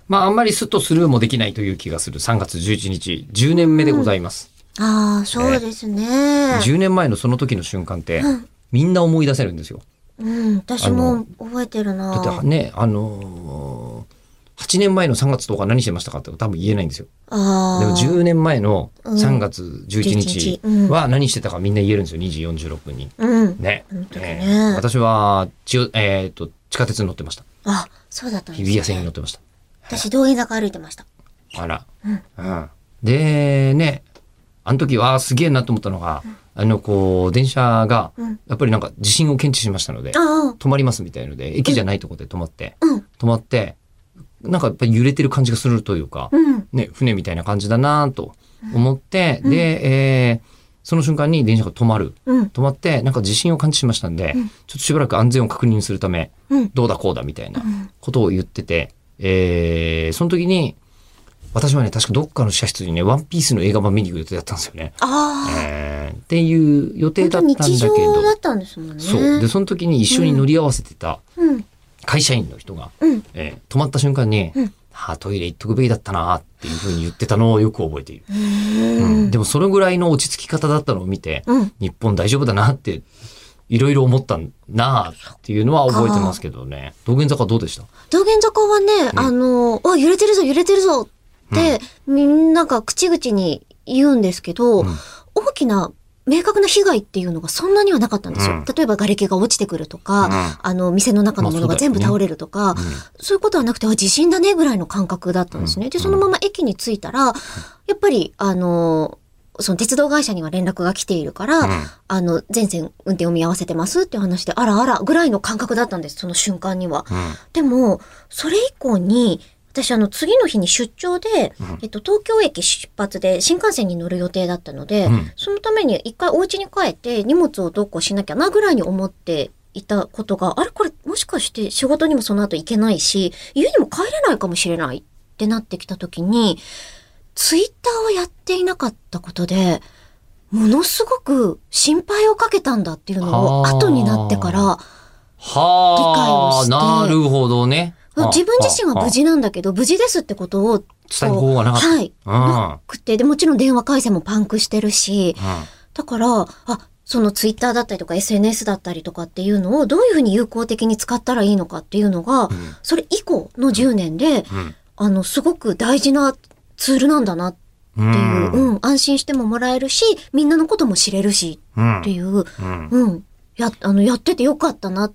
まああんまりスッとスルーもできないという気がする3月11日、10年目でございます。 ああ、そうですね。 10年前のその時の瞬間って、みんな思い出せるんですよ。 私も覚えてるな。 だってね、8年前の3月10日何してましたかって多分言えないんですよ。でも10年前の3月11日は何してたかみんな言えるんですよ。2時46分に。ね。私は地下鉄に乗ってました。 あ、そうだったんですね。 日比谷線に乗ってました。 私、道玄坂歩いてました。 あら。で、ね、あの時はすげえなと思ったのが、電車が、やっぱりなんか地震を検知しましたので、止まりますみたいので、駅じゃないところで止まって、なんかやっぱり揺れてる感じがするというか、ね、船みたいな感じだなと思って、で、その瞬間に電車が止まる。止まって、なんか地震を感知しましたんで、ちょっとしばらく安全を確認するため、どうだこうだみたいなことを言ってて、その時に、私はね、確かどっかの社室にね、ワンピースの映画版見に行く予定だったんですよね。っていう予定だったんだけど。 日常だったんですもんね。 そう。で、その時に一緒に乗り合わせてた会社員の人が、止まった瞬間に、トイレ行っとくべきだったなっていうふうに言ってたのをよく覚えている。でもそれぐらいの落ち着き方だったのを見て、日本大丈夫だなって、いろいろ思ったなっていうのは覚えてますけどね。道玄坂どうでした？ 道玄坂はね、揺れてるぞ、揺れてるぞって、みんなが口々に言うんですけど、大きな明確な被害っていうのがそんなにはなかったんですよ。例えば瓦礫が落ちてくるとか、店の中のものが全部倒れるとか、そういうことはなくて、地震だねぐらいの感覚だったんですね。で、そのまま駅に着いたら、やっぱり、その鉄道会社には連絡が来ているから、全線運転を見合わせてますっていう話で、あらあらぐらいの感覚だったんです、その瞬間には。でも、それ以降に、私次の日に出張で、東京駅出発で新幹線に乗る予定だったので、そのために一回お家に帰って荷物をどうこうしなきゃなぐらいに思っていたことが、あれこれもしかして仕事にもその後行けないし、家にも帰れないかもしれないってなってきた時に、ツイッターをやっていなかったことで、ものすごく心配をかけたんだっていうのを後になってから理解をして。 なるほどね。 自分自身は無事なんだけど、無事ですってことを伝える方がなかった。 はい。なくて、で、もちろん電話回線もパンクしてるし、だから、そのツイッターだったりとか SNS だったりとかっていうのをどういうふうに有効的に使ったらいいのかっていうのが、それ以降の10年で、すごく大事なツールなんだなっていう、安心してももらえるし、みんなのことも知れるし、っていう、やっててよかったなって、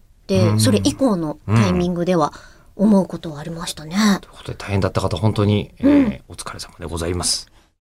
それ以降のタイミングでは、思うことはありましたね。 ということで大変だった方本当に、お疲れ様でございます。